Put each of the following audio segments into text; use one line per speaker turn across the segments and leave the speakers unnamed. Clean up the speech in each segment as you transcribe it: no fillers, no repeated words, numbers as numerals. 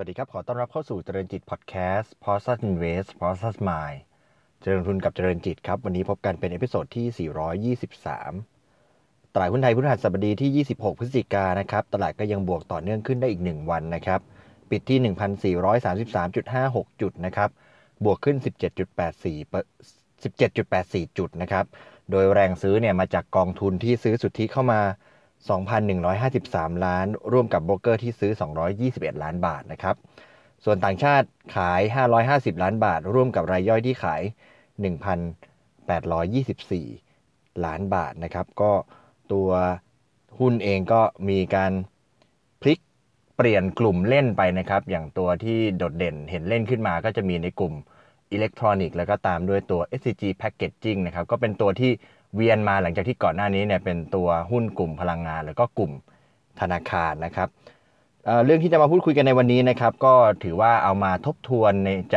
สดีครับขอต้อนรับเข้าสู่เจริญจิตพอดแคสต์ Podcast Invest Podcast Mind เจริญทุนกับเจริญจิตครับวันนี้พบกันเป็นเอพิโซดที่423ตลาดหุ้นไทยพฤหัสบดีที่26พฤศจิกายนนะครับตลาดก็ยังบวกต่อเนื่องขึ้นได้อีก1วันนะครับปิดที่ 1,433.56 จุดนะครับบวกขึ้น 17.84 จุดนะครับโดยแรงซื้อเนี่ยมาจากกองทุนที่ซื้อสุทธิเข้ามา 2,153 ล้านร่วมกับโบรกเกอร์ที่ซื้อ221ล้านบาทนะครับส่วนต่างชาติขาย550ล้านบาทร่วมกับรายย่อยที่ขาย 1,824 ล้านบาทนะครับก็ตัวหุ้นเองก็มีการพลิกเปลี่ยนกลุ่มเล่นไปนะครับอย่างตัวที่โดดเด่นเห็นเล่นขึ้นมาก็จะมีในกลุ่มอิเล็กทรอนิกส์แล้วก็ตามด้วยตัว SCG Packaging นะครับก็เป็นตัวที่เวียนมาหลังจากที่ก่อนหน้านี้เนี่ยเป็นตัวหุ้นกลุ่มพลังงานแล้วก็กลุ่มธนาคารนะครับเรื่องที่จะมาพูดคุยกันในวันนี้นะครับก็ถือว่าเอามาทบทวน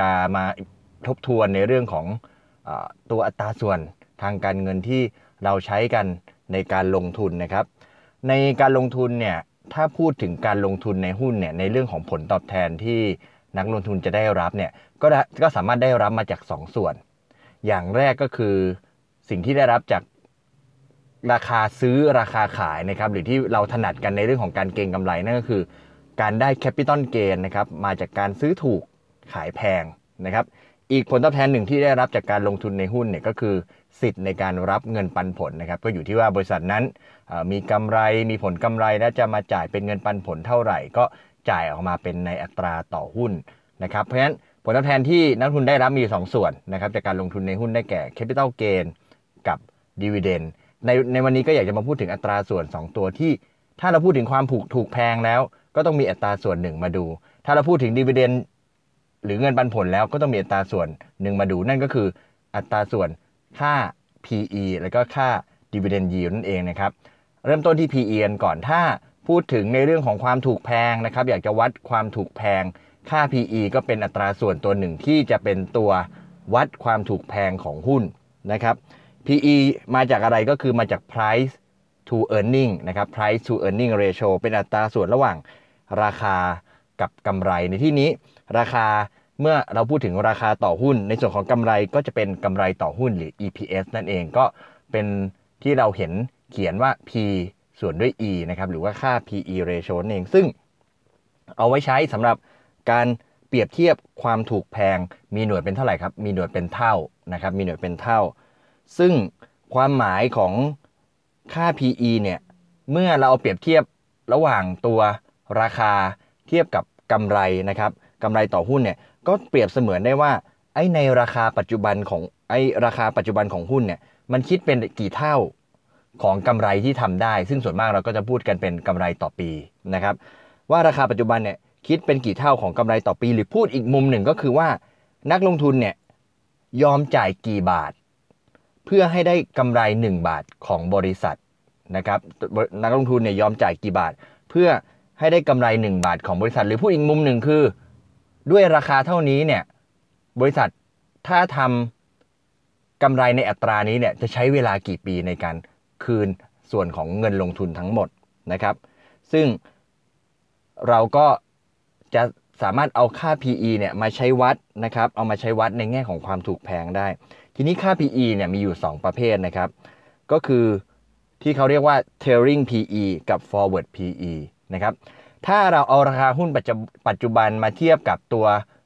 ในเรื่องของตัวอัตราส่วนทางการเงินที่เราใช้กันในการลงทุนนะครับในการลงทุนเนี่ยถ้าพูดถึงการลงทุนในหุ้นเนี่ยในเรื่องของผลตอบแทนที่นักลงทุนจะได้รับเนี่ยก็สามารถได้รับมาจาก2ส่วนอย่างแรกก็คือสิ่งที่ได้รับจากราคาซื้อราคาขายนะครับหรือที่เราถนัดกันในเรื่องของการเก็งกำไรนั่นก็คือการได้แคปิตอลเกนนะครับมาจากการซื้อถูกขายแพงนะครับอีกผลตอบแทนหนึ่งที่ได้รับจากการลงทุนในหุ้นเนี่ยก็คือสิทธิ์ในการรับเงินปันผลนะครับก็อยู่ที่ว่าบริษัทนั้นมีกำไรมีผลกำไรและจะมาจ่ายเป็นเงินปันผลเท่าไหร่ก็จ่ายออกมาเป็นในอัตราต่อหุ้นนะครับเพราะฉะนั้นผลตอบแทนที่นักลงทุนได้รับมี2ส่วนนะครับจากการลงทุนในหุ้นได้แก่แคปิตอลเกนกับดิวิเดนด์ในวันนี้ก็อยากจะมาพูดถึงอัตราส่วน2ตัวที่ถ้าเราพูดถึงความถูกแพงแล้วก็ต้องมีอัตราส่วน1มาดูถ้าเราพูดถึงดิวิเดนด์หรือเงินปันผลแล้วก็ต้องมีอัตราส่วน1มาดูนั่นก็คืออัตราส่วนค่า PE แล้วก็ค่า Dividend Yield นั่นเองนะครับเริ่มต้นที่ PE กันก่อนถ้าพูดถึงในเรื่องของความถูกแพงนะครับอยากจะวัดความถูกแพงค่า PE ก็เป็นอัตราส่วนตัวหนึ่งที่จะเป็นตัววัดความถูกแพงของหุ้นนะครับ PE มาจากอะไรก็คือมาจาก price to earning นะครับ price to earning ratio เป็นอัตราส่วนระหว่างราคากับกำไรในที่นี้ราคาเมื่อเราพูดถึงราคาต่อหุ้นในส่วนของกำไรก็จะเป็นกำไรต่อหุ้นหรือ EPS นั่นเองก็เป็นที่เราเห็นเขียนว่า P ส่วนด้วย E นะครับหรือว่าค่า PE ratio นั่นเองซึ่งเอาไว้ใช้สำหรับการเปรียบเทียบความถูกแพงมีหน่วยเป็นเท่าไหร่ครับมีหน่วยเป็นเท่านะครับมีหน่วยเป็นเท่าซึ่งความหมายของค่า PE เนี่ยเมื่อเราเอาเปรียบเทียบระหว่างตัวราคาเทียบกับกำไรนะครับกำไรต่อหุ้นเนี่ยก็เปรียบเสมือนได้ว่าในราคาปัจจุบันของหุ้นเนี่ยมันคิดเป็นกี่เท่าของกำไรที่ทำได้ซึ่งส่วนมากเราก็จะพูดกันเป็นกำไรต่อปีนะครับว่าราคาปัจจุบันเนี่ยคิดเป็นกี่เท่าของกำไรต่อปีหรือพูดอีกมุมหนึ่งก็คือว่านักลงทุนเนี่ยยอมจ่ายกี่บาทเพื่อให้ได้กำไร1บาทของบริษัทนะครับนักลงทุนเนี่ยยอมจ่ายกี่บาทเพื่อให้ได้กำไร1บาทของบริษัทหรือพูดอีกมุมหนึ่งคือด้วยราคาเท่านี้เนี่ยบริษัทถ้าทำกำไรในอัตรานี้เนี่ยจะใช้เวลากี่ปีในการคืนส่วนของเงินลงทุนทั้งหมดนะครับซึ่งเราก็จะสามารถเอาค่า PE เนี่ยมาใช้วัดนะครับเอามาใช้วัดในแง่ของความถูกแพงได้ทีนี้ค่า PE เนี่ยมีอยู่2ประเภทนะครับก็คือที่เขาเรียกว่า trailing PE กับ forward PE นะครับถ้าเราเอาราคาหุ้นปัจจุบันมาเทียบกับตัว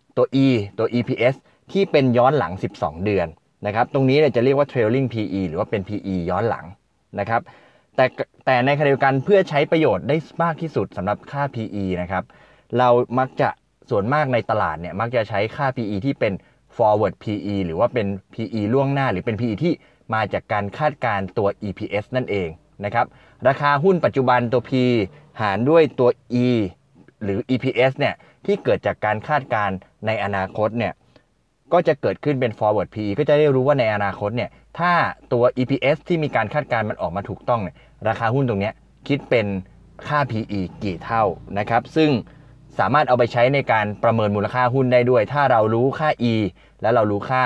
E ตัว EPS ที่เป็นย้อนหลัง12เดือนนะครับตรงนี้เนี่ยจะเรียกว่า trailing PE หรือว่าเป็น PE ย้อนหลังนะครับแต่ในขณะเดียวกันเพื่อใช้ประโยชน์ได้มากที่สุดสำหรับค่า PE นะครับเรามักจะส่วนมากในตลาดเนี่ยมักจะใช้ค่า PE ที่เป็น forward PE หรือว่าเป็น PE ล่วงหน้าหรือเป็น PE ที่มาจากการคาดการณ์ตัว EPS นั่นเองนะครับราคาหุ้นปัจจุบันตัว P หารด้วยตัว E หรือ EPS เนี่ยที่เกิดจากการคาดการณ์ในอนาคตเนี่ยก็จะเกิดขึ้นเป็น forward PE ก็จะได้รู้ว่าในอนาคตเนี่ยถ้าตัว EPS ที่มีการคาดการณ์มันออกมาถูกต้องเนี่ยราคาหุ้นตรงนี้คิดเป็นค่า PE กี่เท่านะครับซึ่งสามารถเอาไปใช้ในการประเมินมูลค่าหุ้นได้ด้วยถ้าเรารู้ค่า E และเรารู้ค่า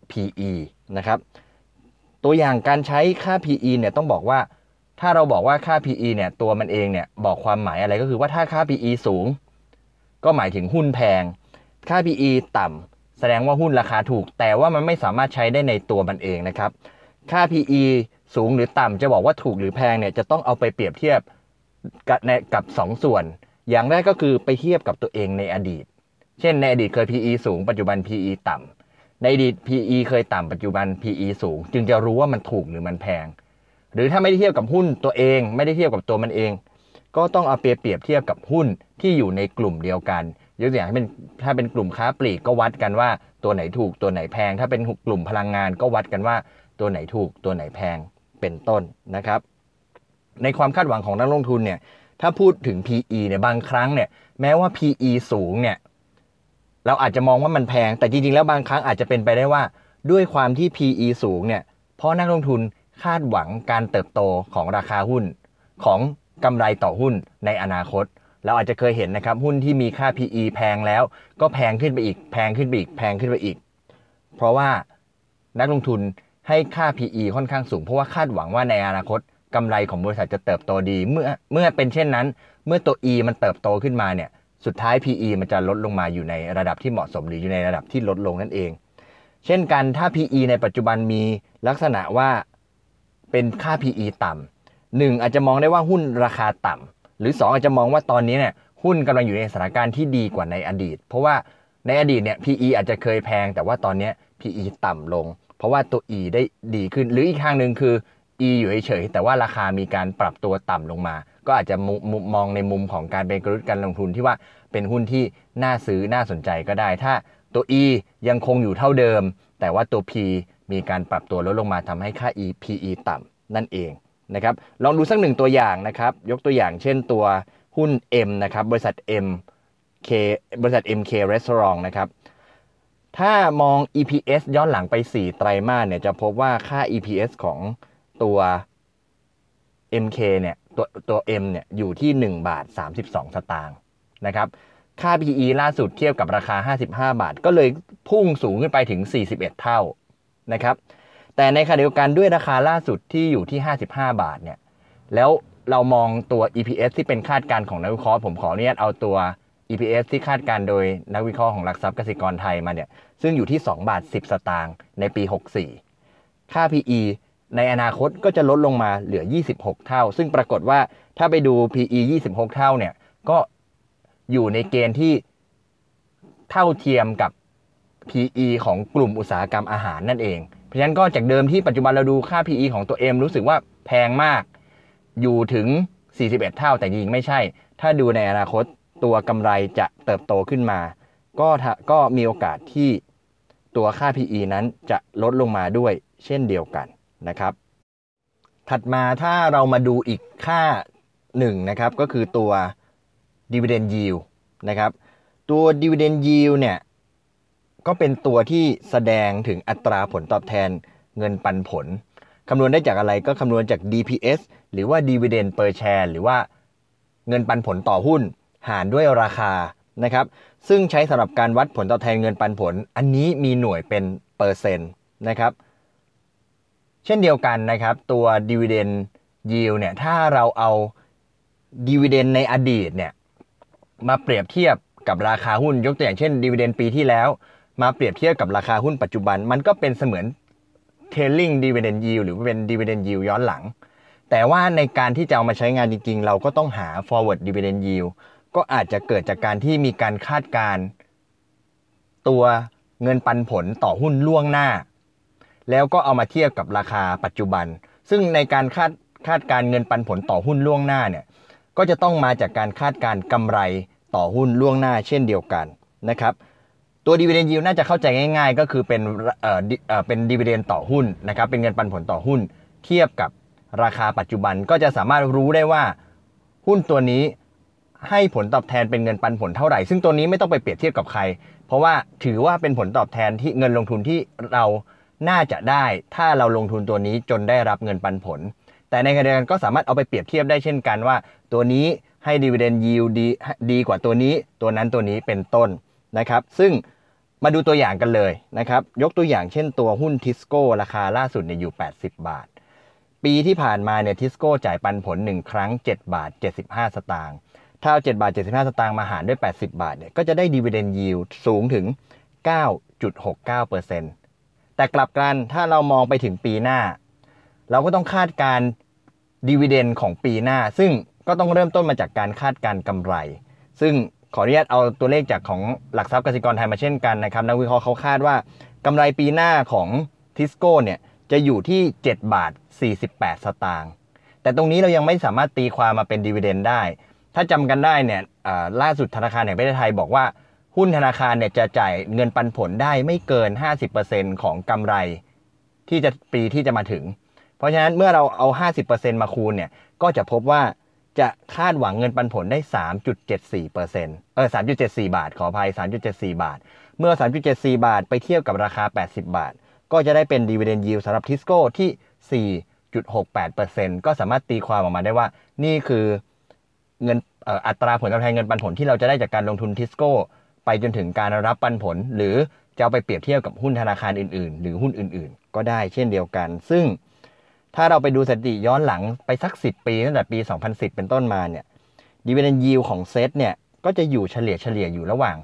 PE นะครับตัวอย่างการใช้ค่า PE เนี่ยต้องบอกว่าถ้าเราบอกว่าค่า PE เนี่ยตัวมันเองเนี่ยบอกความหมายอะไรก็คือว่าถ้าค่า PE สูงก็หมายถึงหุ้นแพงค่า PE ต่ำแสดงว่าหุ้นราคาถูกแต่ว่ามันไม่สามารถใช้ได้ในตัวมันเองนะครับค่า PE สูงหรือต่ำจะบอกว่าถูกหรือแพงเนี่ยจะต้องเอาไปเปรียบเทียบกับ2 ส่วนอย่างแรกก็คือไปเทียบกับตัวเองในอดีตเช่นในอดีตเคย PE สูงปัจจุบัน PE ต่ำในอดีต PE เคยต่ำปัจจุบัน PE สูงจึงจะรู้ว่ามันถูกหรือมันแพงหรือถ้าไม่ได้เทียบกับหุ้นตัวเองไม่ได้เทียบกับตัวมันเองก็ต้องเอาเปรียบเทียบกับหุ้นที่อยู่ในกลุ่มเดียวกันยกตัวอย่างถ้าเป็นกลุ่มค้าปลีกก็วัดกันว่าตัวไหนถูกตัวไหนแพงถ้าเป็นกลุ่มพลังงานก็วัดกันว่าตัวไหนถูกตัวไหนแพงเป็นต้นนะครับในความคาดหวังของนักลงทุนเนี่ยถ้าพูดถึง PE เนี่ยบางครั้งเนี่ยแม้ว่า PE สูงเนี่ยเราอาจจะมองว่ามันแพงแต่จริงๆแล้วบางครั้งอาจจะเป็นไปได้ว่าด้วยความที่ PE สูงเนี่ยเพราะนักลงทุนคาดหวังการเติบโตของราคาหุ้นของกำไรต่อหุ้นในอนาคตเราอาจจะเคยเห็นนะครับหุ้นที่มีค่า PE แพงแล้วก็แพงขึ้นไปอีกแพงขึ้นไปอีกแพงขึ้นไปอีกเพราะว่านักลงทุนให้ค่า PE ค่อนข้างสูงเพราะว่าคาดหวังว่าในอนาคตกำไรของบริษัทจะเติบโตดีเมื่อเป็นเช่นนั้นเมื่อตัว E มันเติบโตขึ้นมาเนี่ยสุดท้าย PE มันจะลดลงมาอยู่ในระดับที่เหมาะสมหรืออยู่ในระดับที่ลดลงนั่นเองเช่นกันถ้า PE ในปัจจุบันมีลักษณะว่าเป็นค่า PE ต่ำ1อาจจะมองได้ว่าหุ้นราคาต่ำหรือ2อาจจะมองว่าตอนนี้เนี่ยหุ้นกำลังอยู่ในสถานการณ์ที่ดีกว่าในอดีตเพราะว่าในอดีตเนี่ย PE อาจจะเคยแพงแต่ว่าตอนนี้ PE ต่ำลงเพราะว่าตัว E ได้ดีขึ้นหรืออีกทางหนึ่งคือ E อยู่เฉยๆแต่ว่าราคามีการปรับตัวต่ำลงมาก็อาจจะมองในมุมของการเป็นกลยุทธ์การลงทุนที่ว่าเป็นหุ้นที่น่าซื้อน่าสนใจก็ได้ถ้าตัว E ยังคงอยู่เท่าเดิมแต่ว่าตัว P มีการปรับตัวลดลงมาทำให้ค่า PE ต่ำนั่นเองนะครับลองดูสัก1ตัวอย่างนะครับยกตัวอย่างเช่นตัวหุ้น M นะครับบริษัท MK Restaurant นะครับถ้ามอง EPS ย้อนหลังไป4ไตรมาสเนี่ยจะพบว่าค่า EPS ของตัว MK เนี่ยตัว M เนี่ยอยู่ที่1.32 สตางค์นะครับค่า PE ล่าสุดเทียบกับราคา55 บาทก็เลยพุ่งสูงขึ้นไปถึง41เท่านะครับแต่ในขณะเดียวกันด้วยราคาล่าสุดที่อยู่ที่55 บาทเนี่ยแล้วเรามองตัว EPS ที่เป็นคาดการณ์ของนักวิเคราะห์ผมขออนุญาตเอาตัว EPS ที่คาดการณ์โดยนักวิเคราะห์ของหลักทรัพย์กสิกรไทยมาเนี่ยซึ่งอยู่ที่2.10 สตางค์ในปี64ค่า PE ในอนาคตก็จะลดลงมาเหลือ26เท่าซึ่งปรากฏว่าถ้าไปดู PE 26เท่าเนี่ยก็อยู่ในเกณฑ์ที่เท่าเทียมกับ PE ของกลุ่มอุตสาหกรรมอาหารนั่นเองเพราะฉะนั้นก็จากเดิมที่ปัจจุบันเราดูค่า PE ของตัว M รู้สึกว่าแพงมากอยู่ถึง41เท่าแต่จริงไม่ใช่ถ้าดูในอนาคตตัวกำไรจะเติบโตขึ้นมาก็มีโอกาสที่ตัวค่า PE นั้นจะลดลงมาด้วยเช่นเดียวกันนะครับถัดมาถ้าเรามาดูอีกค่าหนึ่งนะครับก็คือตัว Dividend Yield นะครับตัว Dividend Yield เนี่ยก็เป็นตัวที่แสดงถึงอัตราผลตอบแทนเงินปันผลคำนวณได้จากอะไรก็คำนวณจาก DPS หรือว่า Dividend per share หรือว่าเงินปันผลต่อหุ้นหารด้วยราคานะครับซึ่งใช้สำหรับการวัดผลตอบแทนเงินปันผลอันนี้มีหน่วยเป็นเปอร์เซ็นต์นะครับเช่นเดียวกันนะครับตัว Dividend Yield เนี่ยถ้าเราเอา Dividend ในอดีตเนี่ยมาเปรียบเทียบกับราคาหุ้นยกตัวอย่างเช่น Dividend ปีที่แล้วมาเปรียบเทียบกับราคาหุ้นปัจจุบันมันก็เป็นเสมือน Trailing Dividend Yield หรือเป็น Dividend Yield ย้อนหลังแต่ว่าในการที่จะเอามาใช้งานจริงๆเราก็ต้องหา Forward Dividend Yield ก็อาจจะเกิดจากการที่มีการคาดการณ์ตัวเงินปันผลต่อหุ้นล่วงหน้าแล้วก็เอามาเทียบกับราคาปัจจุบันซึ่งในการคาดการเงินปันผลต่อหุ้นล่วงหน้าเนี่ยก็จะต้องมาจากการคาดการกำไรต่อหุ้นล่วงหน้าเช่นเดียวกันนะครับตัว Dividend Yield น่าจะเข้าใจง่ายๆก็คือเป็น Dividend ต่อหุ้นนะครับเป็นเงินปันผลต่อหุ้นเทียบกับราคาปัจจุบันก็จะสามารถรู้ได้ว่าหุ้นตัวนี้ให้ผลตอบแทนเป็นเงินปันผลเท่าไหร่ซึ่งตัวนี้ไม่ต้องไปเปรียบเทียบกับใครเพราะว่าถือว่าเป็นผลตอบแทนที่เงินลงทุนที่เราน่าจะได้ถ้าเราลงทุนตัวนี้จนได้รับเงินปันผลแต่ในขณะเดียวกันก็สามารถเอาไปเปรียบเทียบได้เช่นกันว่าตัวนี้ให้ Dividend Yield ดีกว่าตัวนี้ตัวนั้นตัวนี้เป็นต้นนะครับซึ่งมาดูตัวอย่างกันเลยนะครับยกตัวอย่างเช่นตัวหุ้นทิสโก้ราคาล่าสุดเนี่ยอยู่80 บาทปีที่ผ่านมาเนี่ยทิสโก้จ่ายปันผล1ครั้ง7.75 บาทถ้าเอา7 บาท 75 สตางค์มาหารด้วย80 บาทเนี่ยก็จะได้ dividend yield สูงถึง 9.69% แต่กลับกันถ้าเรามองไปถึงปีหน้าเราก็ต้องคาดการ dividend ของปีหน้าซึ่งก็ต้องเริ่มต้นมาจากการคาดการกำไรซึ่งขออนุญาตเอาตัวเลขจากของหลักทรัพย์กสิกรไทยมาเช่นกันนะครับนักวิเคราะห์เขาคาดว่ากำไรปีหน้าของทิสโก้เนี่ยจะอยู่ที่7 บาท 48 สตางค์แต่ตรงนี้เรายังไม่สามารถตีความมาเป็นดีเวเดนได้ถ้าจำกันได้เนี่ยล่าสุดธนาคารแห่งประเทศไทยบอกว่าหุ้นธนาคารเนี่ยจะจ่ายเงินปันผลได้ไม่เกิน 50% ของกำไรปีที่จะมาถึงเพราะฉะนั้นเมื่อเราเอา 50% มาคูณเนี่ยก็จะพบว่าจะคาดหวังเงินปันผลได้ 3.74% บาทขออภัย 3.74 บาทเมื่อ 3.74 บาทไปเทียบกับราคา 80 บาทก็จะได้เป็น Dividend Yield สำหรับทิสโก้ที่ 4.68% ก็สามารถตีความออกมาได้ว่านี่คือเงินอัตราผลตอบแทนเงินปันผลที่เราจะได้จากการลงทุนทิสโก้ไปจนถึงการรับปันผลหรือจะเอาไปเปรียบเทียบกับหุ้นธนาคารอื่นๆหรือหุ้นอื่นๆก็ได้เช่นเดียวกันซึ่งถ้าเราไปดูสถิติย้อนหลังไปสัก10 ปีตั้งแต่ปี 2010 เป็นต้นมาเนี่ย Dividend Yield ของเซตเนี่ยก็จะอยู่เฉลี่ยอยู่ระหว่าง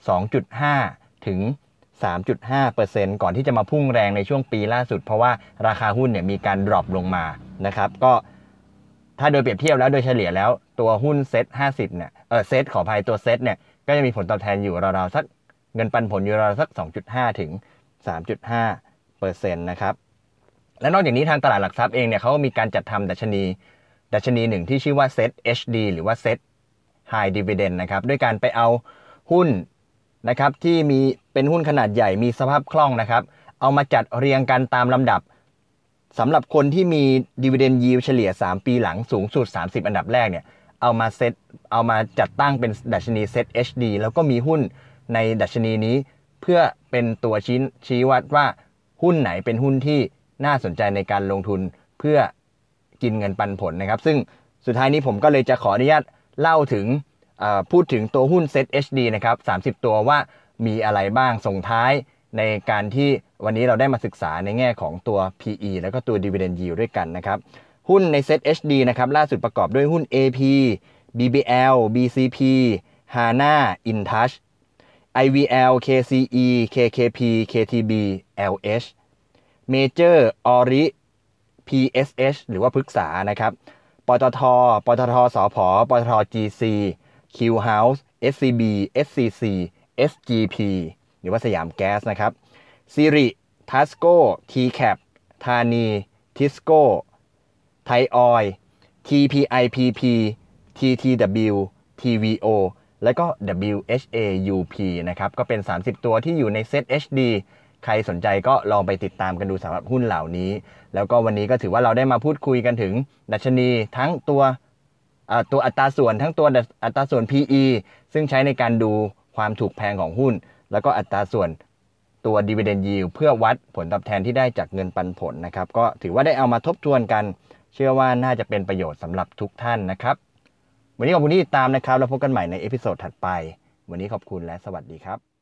2.5 ถึง 3.5% ก่อนที่จะมาพุ่งแรงในช่วงปีล่าสุดเพราะว่าราคาหุ้นเนี่ยมีการดรอปลงมานะครับก็ถ้าโดยเปรียบเทียบแล้วโดยเฉลี่ยแล้วตัวหุ้นเซต50เนี่ยเซตขออภัยตัวเซตเนี่ยก็จะมีผลตอบแทนอยู่ราวๆสักเงินปันผลอยู่ราวๆสัก 2.5 ถึง 3.5% นะครับและนอกจากนี้ทางตลาดหลักทรัพย์เองเนี่ยเขาก็มีการจัดทำดัชนีหนึ่งที่ชื่อว่า Set HD หรือว่า Set High Dividend นะครับด้วยการไปเอาหุ้นนะครับที่มีเป็นหุ้นขนาดใหญ่มีสภาพคล่องนะครับเอามาจัดเรียงกันตามลำดับสำหรับคนที่มี Dividend Yield เฉลี่ย3 ปีหลังสูงสุด30อันดับแรกเนี่ยเอามาจัดตั้งเป็นดัชนี Set HD แล้วก็มีหุ้นในดัชนีนี้เพื่อเป็นตัวชี้วัดว่าหุ้นไหนเป็นหุ้นที่น่าสนใจในการลงทุนเพื่อกินเงินปันผลนะครับซึ่งสุดท้ายนี้ผมก็เลยจะขออนุญาตเล่าถึงพูดถึงตัวหุ้น Set HD นะครับ30ตัวว่ามีอะไรบ้างส่งท้ายในการที่วันนี้เราได้มาศึกษาในแง่ของตัว PE แล้วก็ตัว Dividend Yield ด้วยกันนะครับหุ้นใน Set HD นะครับล่าสุดประกอบด้วยหุ้น AP BBL BCP Hana InTouch IVL KCE KKP KTB LH Major Ori PSH หรือว่าพฤกษานะครับปตทสผปตท GC Q House SCB SCC SGP หรือว่าสยามแก๊สนะครับซิริทัสโก้ TCAP ธานีทิสโก้ไทยออยล์ TPIPP TTW TVO แล้วก็ WHAUP นะครับก็เป็น30ตัวที่อยู่ใน Set HD ใครสนใจก็ลองไปติดตามกันดูสำหรับหุ้นเหล่านี้แล้วก็วันนี้ก็ถือว่าเราได้มาพูดคุยกันถึงดัชนีทั้งตัวอัตราส่วนทั้งตัวอัตราส่วน PE ซึ่งใช้ในการดูความถูกแพงของหุ้นแล้วก็อัตราส่วนตัว Dividend Yield เพื่อวัดผลตอบแทนที่ได้จากเงินปันผลนะครับก็ถือว่าได้เอามาทบทวนกันเชื่อว่าน่าจะเป็นประโยชน์สำหรับทุกท่านนะครับวันนี้ขอบคุณที่ติดตามนะครับแล้วพบกันใหม่ในเอพิโซดถัดไปวันนี้ขอบคุณและสวัสดีครับ